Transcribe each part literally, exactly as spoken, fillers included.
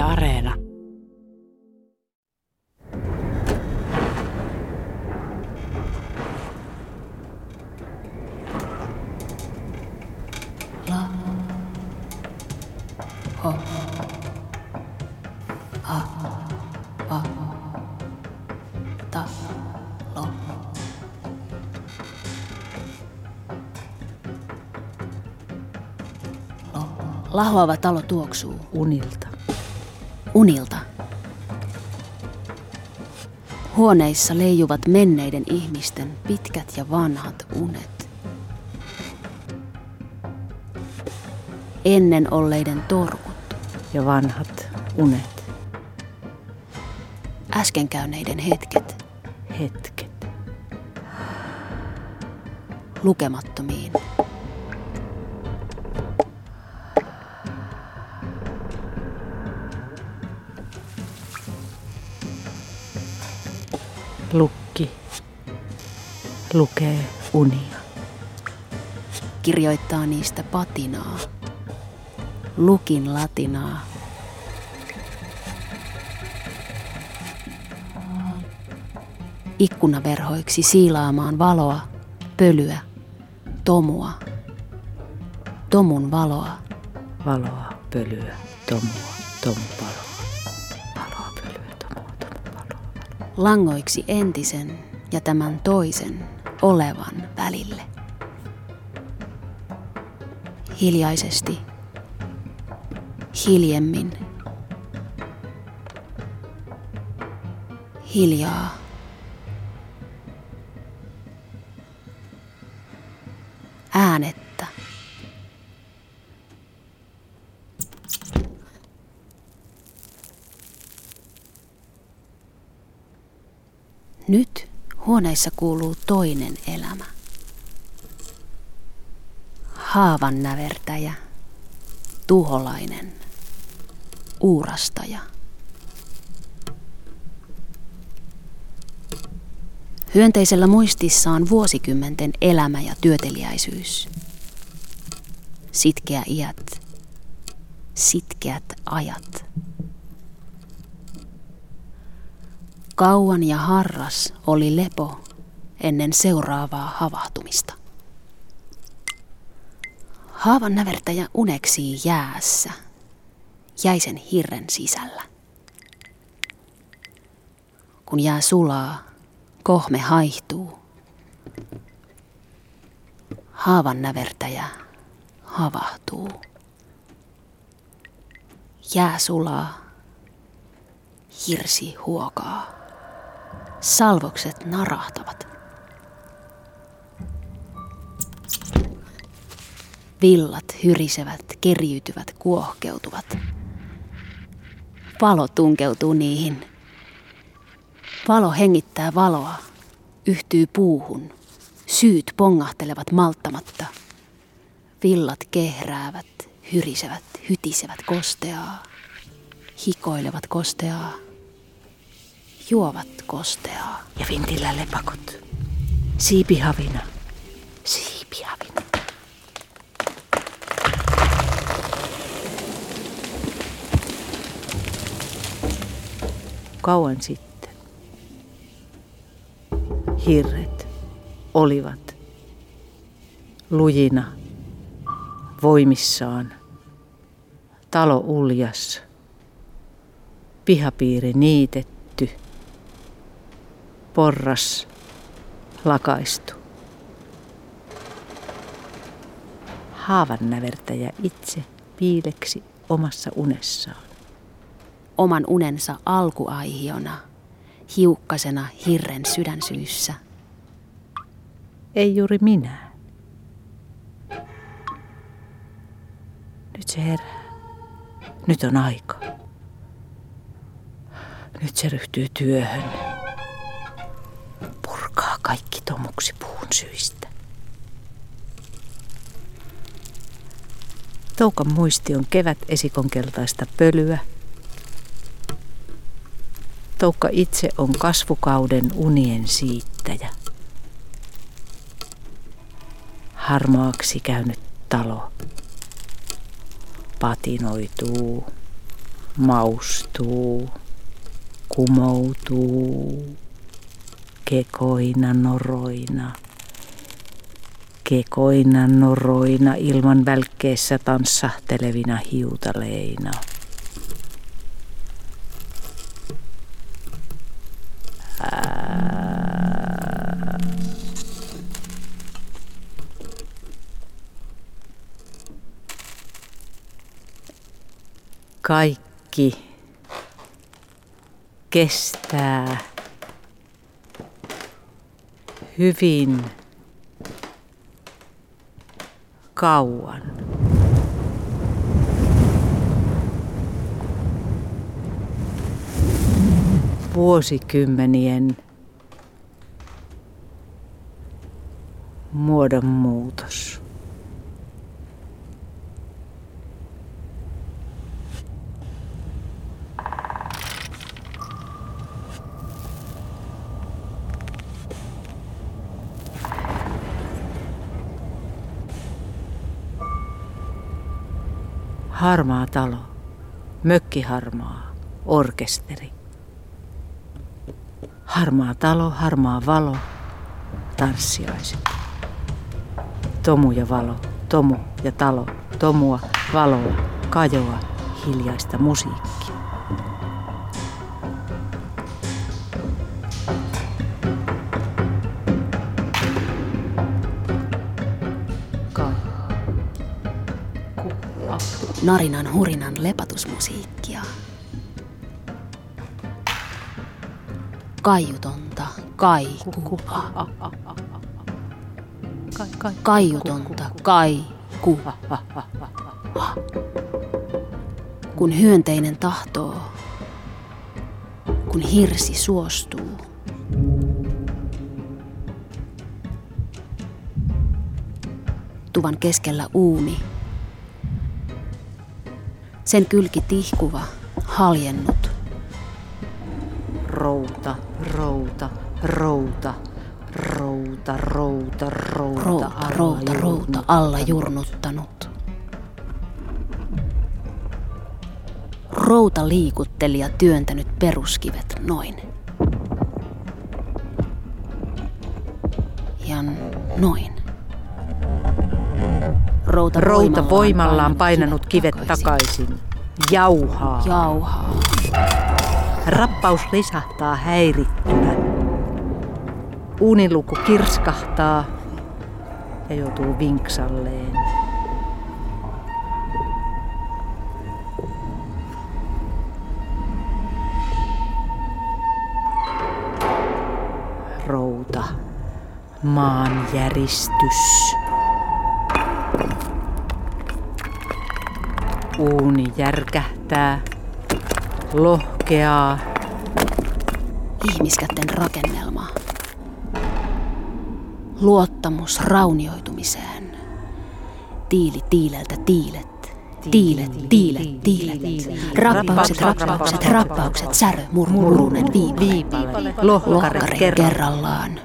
Areena. La. Ho. Ha. Pa. Ta. Lo. Lo. Lahoava talo tuoksuu. Unilta. Unilta. Huoneissa leijuvat menneiden ihmisten pitkät ja vanhat unet. Ennen olleiden torkut. Ja vanhat unet. Äsken käyneiden hetket. Hetket. Lukemattomiin. Lukki lukee unia. Kirjoittaa niistä patinaa. Lukin latinaa. Ikkunaverhoiksi siilaamaan valoa, pölyä, tomua. Tomun valoa. Valoa, pölyä, tomua, tomu valoa. Valoa, pölyä, tomua, tomu valoa. Langoiksi entisen ja tämän toisen olevan välille. Hiljaisesti, hiljemmin, hiljaa. Äänettä. Nyt huoneissa kuuluu toinen elämä. Haavan nävertäjä, tuholainen, uurastaja. Hyönteisellä muistissa on vuosikymmenten elämä ja työteliäisyys. Sitkeä iät, sitkeät ajat. Kauan ja harras oli lepo ennen seuraavaa havahtumista. Haavan nävertäjä uneksii jäässä, jäisen hirren sisällä. Kun jää sulaa, kohme haihtuu. Haavan nävertäjä havahtuu. Jää sulaa, hirsi huokaa. Salvokset narahtavat. Villat hyrisevät, keriytyvät, kuohkeutuvat. Valo tunkeutuu niihin. Valo hengittää valoa, yhtyy puuhun. Syyt pongahtelevat malttamatta. Villat kehräävät, hyrisevät, hytisevät kosteaa. Hikoilevat kosteaa. Juovat kosteaa. Ja vintillä lepakot. Siipihavina. Siipihavina. Kauan sitten hirret olivat lujina voimissaan. Talo uljas, pihapiiri niitetty, porras lakaistu. Haavan nävertäjä itse piileksi omassa unessaan. Oman unensa alkuaihiona, hiukkasena hirren sydänsyyssä. Ei juuri minä. Nyt se herää. Nyt on aika. Nyt se ryhtyy työhön. Purkaa kaikki tomuksi puun syistä. Toukan muisti on kevät esikon keltaista pölyä. Toukka itse on kasvukauden unien siittäjä. Harmaaksi käynyt talo patinoituu, maustuu, kumoutuu, kekoina noroina, kekoina noroina ilman välkkeessä tanssahtelevina hiutaleina. Ää. Kaikki kestää hyvin kauan. Vuosikymmenien muodonmuutos. Harmaa talo, mökkiharmaa, orkesteri. Harmaa talo, harmaa valo, tanssiaiset. Tomu ja valo, tomu ja talo, tomua, valoa, kajoa, hiljaista musiikkia. Narinan hurinan lepatusmusiikkia. Kaiutonta kaikua. Kaiutonta kaikua. Kun hyönteinen tahtoo, kun hirsi suostuu. Tuvan keskellä uuni. Sen kylki tihkuva, haljennut. Routa, routa, routa, routa, routa, routa, Routa, routa, routa, alla jurnuttanut. Routa liikutteli ja työntänyt peruskivet noin. Ja noin. Routa, Routa voimallaan painanut kivet takaisin. takaisin. Jauhaa. Jauhaa. Rappaus risahtaa häirittynä. Uuniluku kirskahtaa ja joutuu vinksalleen. Routa. Maanjäristys. Uuni järkähtää, lohkeaa. Ihmiskätten rakennelma. Luottamus raunioitumiseen. Tiili tiileltä tiilet. Tiilet, tiilet, tiilet. Rappaukset, rappaukset, rappaukset. Särö, murmurunen viipale. Lohkare kerrallaan.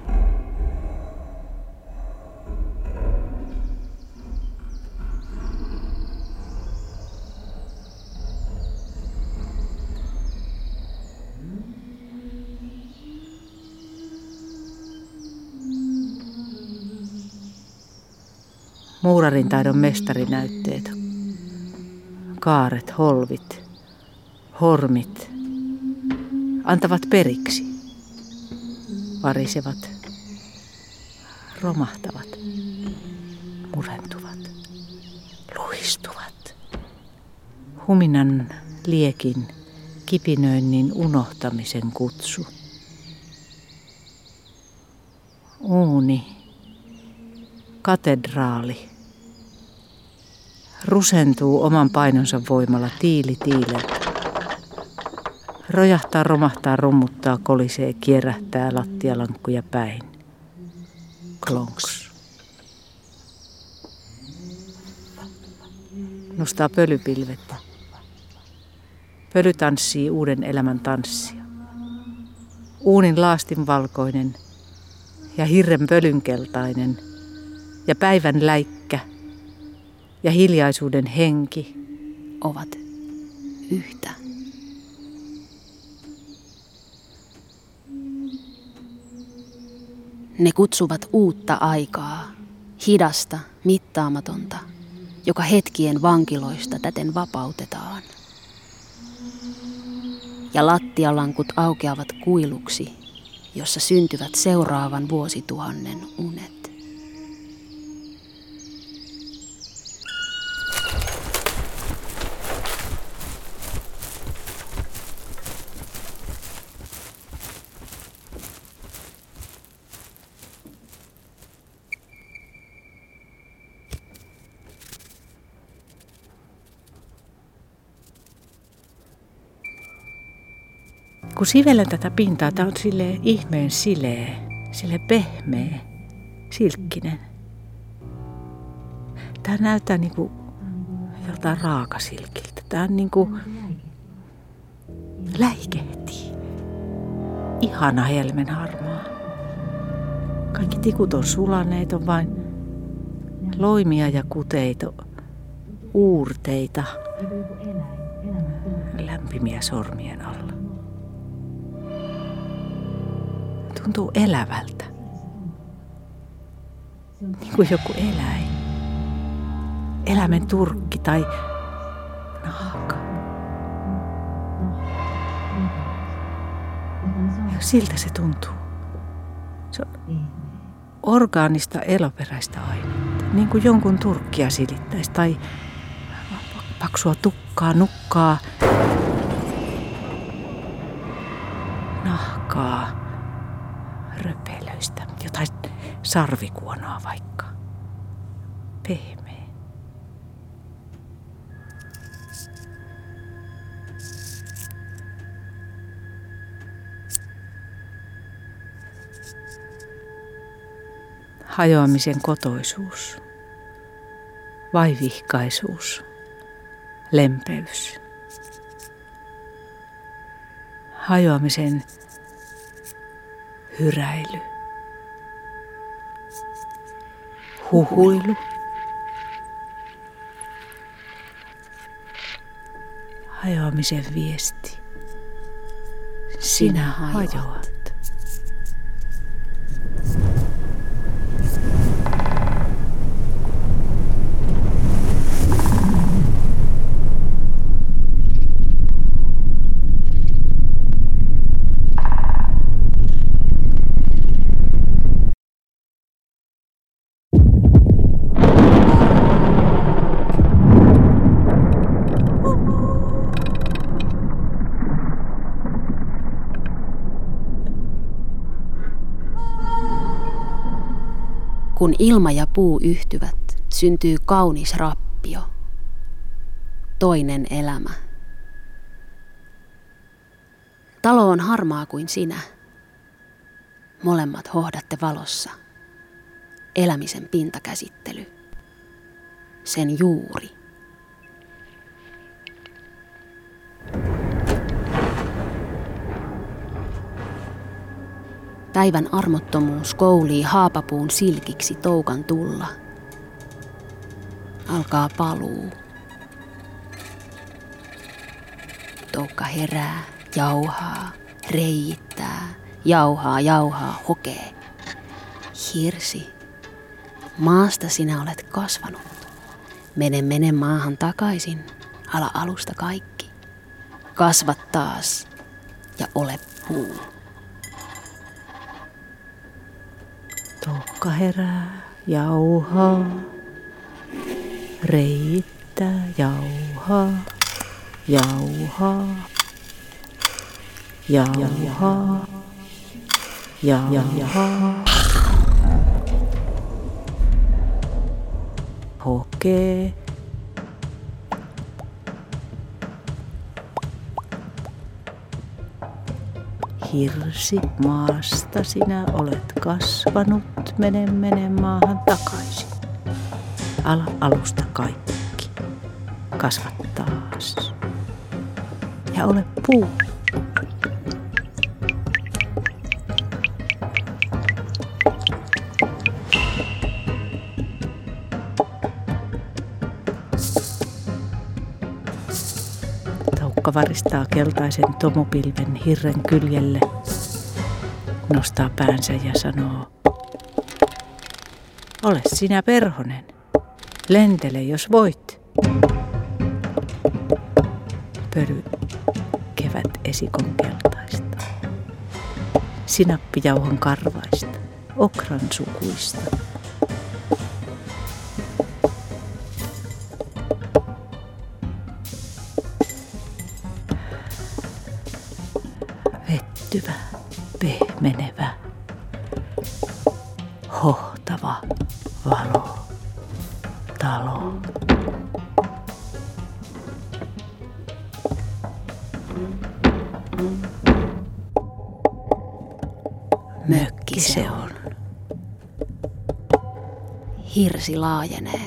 Muurarin taidon mestarinäytteet. Kaaret, holvit, hormit antavat periksi. Varisevat, romahtavat, murentuvat, luistuvat. Huminan, liekin, kipinöinnin unohtamisen kutsu. Uuni, katedraali. Rusentuu oman painonsa voimalla tiili tiileltä. Rojahtaa, romahtaa, rummuttaa, kolisee, kierähtää lattialankkuja päin. Klonks. Nostaa pölypilvet. Pöly tanssii uuden elämän tanssia. Uunin laastinvalkoinen ja hirren pölynkeltainen ja päivän läikkä ja hiljaisuuden henki ovat yhtä. Ne kutsuvat uutta aikaa, hidasta, mittaamatonta, joka hetkien vankiloista täten vapautetaan. Ja lattialankut aukeavat kuiluksi, jossa syntyvät seuraavan vuosituhannen unet. Kun sivellän tätä pintaa, tää on silleen ihmeen sileä, silleen pehmeä, silkkinen. Tää näyttää niinku joltain raakasilkiltä. Tää on niinku läikehtii. Ihana helmenharmaa. Kaikki tikut on sulaneet, on vain loimia ja kuteita, uurteita, lämpimiä sormien alla. Tuntuu elävältä. Niin kuin joku eläin. Eläimen turkki tai nahka. Ja siltä se tuntuu. Se on orgaanista eloperäistä ainetta. Niin kuin jonkun turkkia silittäisi tai paksua tukkaa, nukkaa, nahkaa. Röpelöistä, jotain sarvikuonoa vaikka. Pehmeä. Hajoamisen kotoisuus, vaivihkaisuus, lempeys. Hajoamisen hyräily, huhuilu, hajoamisen viesti. Sinä hajoat. Kun ilma ja puu yhtyvät, syntyy kaunis rappio. Toinen elämä. Talo on harmaa kuin sinä. Molemmat hohdatte valossa. Elämisen pintakäsittely. Sen juuri. Päivän armottomuus koulii haapapuun silkiksi toukan tulla. Alkaa paluu. Toukka herää, jauhaa, reijittää, jauhaa, jauhaa, hokee. Hirsi, maasta sinä olet kasvanut. Mene, mene maahan takaisin, ala alusta kaikki. Kasva taas ja ole puu. Toukka herää, jauhaa, reiittää, jauhaa, jauhaa, jauhaa, jauhaa, hokee. Hirsi, maasta sinä olet kasvanut, mene, mene maahan takaisin. Ala alusta kaikki, kasva taas ja ole puu. Toukka varistaa keltaisen tomupilven hirren kyljelle, nostaa päänsä ja sanoo, Ole sinä perhonen. Lentele, jos voit. Pöly kevät esikon keltaista. Sinappijauhon karvaista. Okran sukuista. Vettyvä, pehmenevä, hohtava valo, talo. Mökki se on. Hirsi laajenee.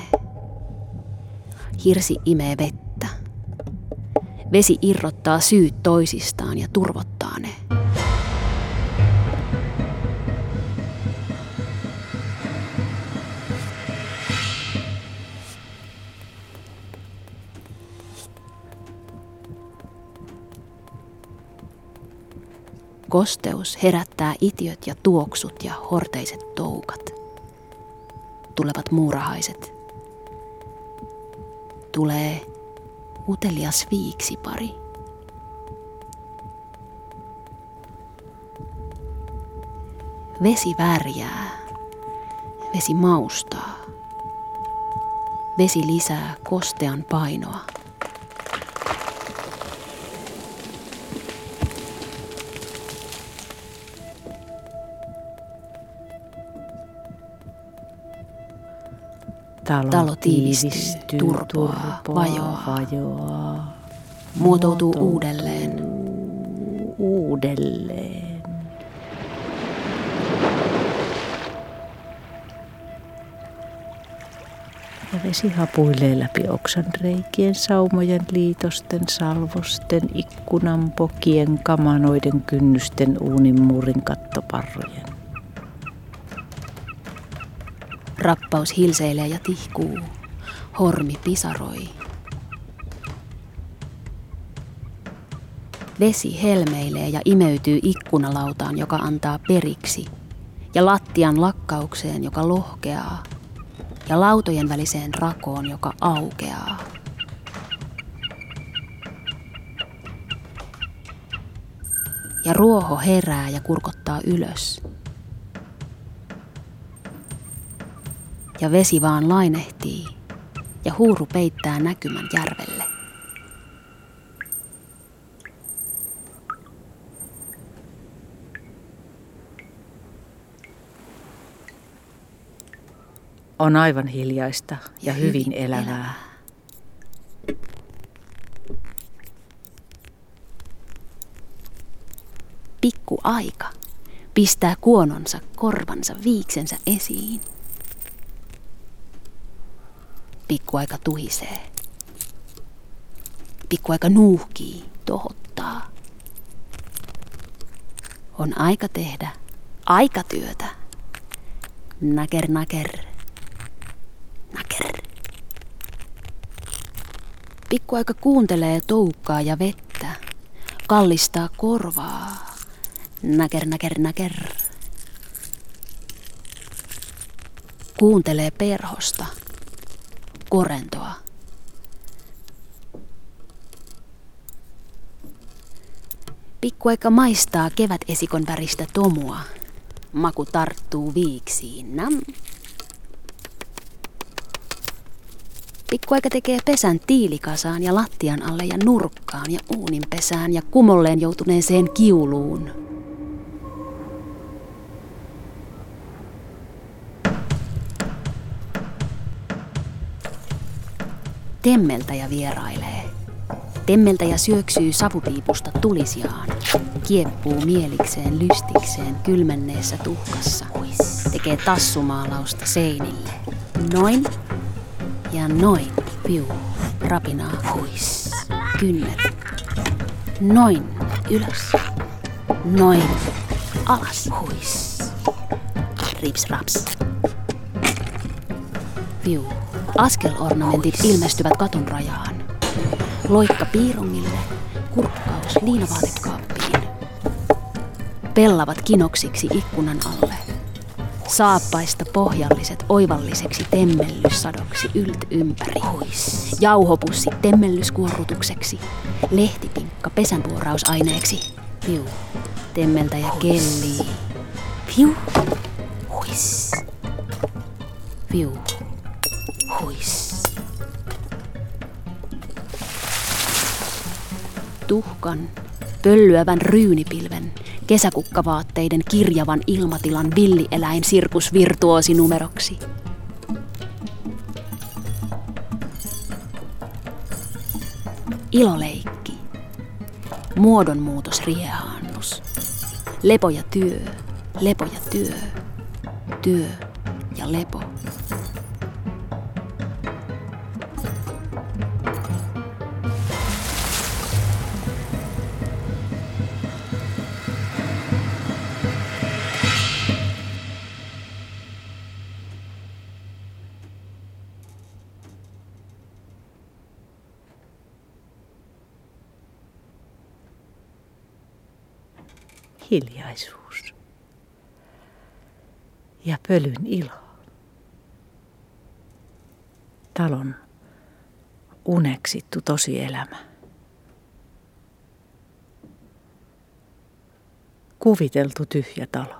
Hirsi imee vettä. Vesi irrottaa syyt toisistaan ja turvottaa ne. Kosteus herättää itiöt ja tuoksut ja horteiset toukat. Tulevat muurahaiset. Tulee utelias viiksipari. Vesi värjää. Vesi maustaa. Vesi lisää kostean painoa. Talo, Talo tiivistyy, tiivistyy turpoaa, turpoaa, vajoaa, vajoaa, muotoutuu uudelleen. uudelleen. Ja vesi hapuilee läpi oksan reikien, saumojen, liitosten, salvosten, ikkunan, pokien, kamanoiden, kynnysten, uunin, muurin, kattoparrojen. Rappaus hilseilee ja tihkuu. Hormi pisaroi. Vesi helmeilee ja imeytyy ikkunalautaan, joka antaa periksi, ja lattian lakkaukseen, joka lohkeaa, ja lautojen väliseen rakoon, joka aukeaa. Ja ruoho herää ja kurkottaa ylös. Ja vesi vaan lainehtii, ja huuru peittää näkymän järvelle. On aivan hiljaista ja, Ja hyvin, hyvin elävää. elävää. Pikku aika pistää kuononsa, korvansa, viiksensä esiin. Pikkuaika tuhisee. Pikkuaika nuuhkii, tohottaa. On aika tehdä aikatyötä. Naker, naker. Naker. Pikkuaika kuuntelee toukkaa ja vettä. Kallistaa korvaa. Naker, naker, naker. Kuuntelee perhosta. Korentoa. Pikkuaika maistaa kevätesikon väristä tomua. Maku tarttuu viiksiin. Nam. Pikkuaika tekee pesän tiilikasaan ja lattian alle ja nurkkaan ja uuninpesään ja kumolleen joutuneeseen kiuluun. Temmeltäjä vierailee. Temmeltäjä syöksyy savupiipusta tulisjaan. Kieppuu mielikseen lystikseen kylmenneessä tuhkassa. Tekee tassumaalausta seinille. Noin ja noin. Piu. Rapinaa. Huis. Kynnet. Noin. Ylös. Noin. Alas. Huis. Rips raps. Piu. Askelornamentit ilmestyvät katun rajaan. Loikka piirongille, kurkkaus liinavaatekaappiin. Pellavat kinoksiksi ikkunan alle. Saappaista pohjalliset oivalliseksi temmellyssadoksi ylt ympäri. Jauhopussi temmellyskuorrutukseksi. Lehtipinkka pesänpuorausaineeksi. Piu. Temmeltäjä kellii. Piu. Huis. Piu. Huis. Tuhkan, pöllyävän ryynipilven, kesäkukkavaatteiden kirjavan ilmatilan villieläin sirkusvirtuosi numeroksi. Iloleikki, muodonmuutos riehaannus, lepo ja työ, lepo ja työ, työ ja lepo. Hiljaisuus ja pölyn ilo. Talon uneksittu tosielämä. Kuviteltu tyhjä talo.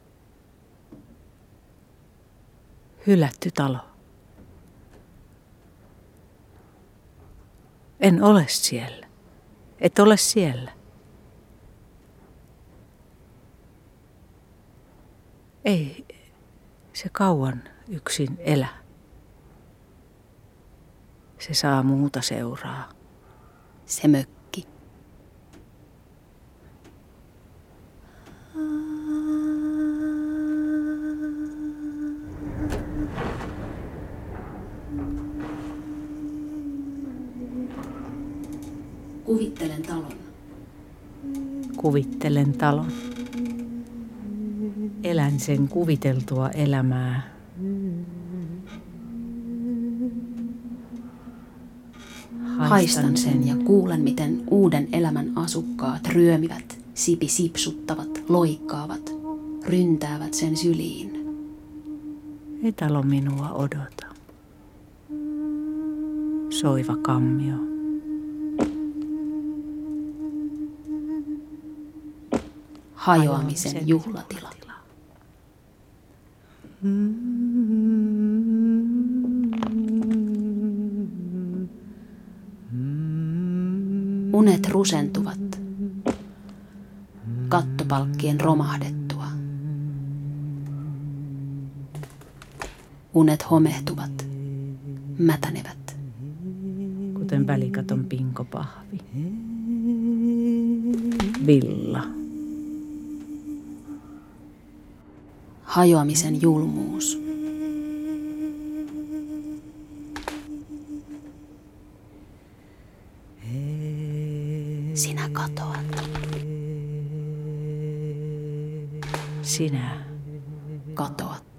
Hylätty talo. En ole siellä. Et ole siellä. Ei se kauan yksin elä. Se saa muuta seuraa. Se mökki. Kuvittelen talon. Kuvittelen talon. Elän sen kuviteltua elämää. Haistan sen ja kuulen, miten uuden elämän asukkaat ryömivät, sipi sipsuttavat, loikkaavat, ryntäävät sen syliin. Ei talo minua odota. Soiva kammio. Hajoamisen juhlatila. Unet rusentuvat, kattopalkkien romahdettua. Unet homehtuvat, mätänevät. Kuten välikaton pinkopahvi. Villa. Hajoamisen julmuus. Sinä katoat. Sinä Katoat.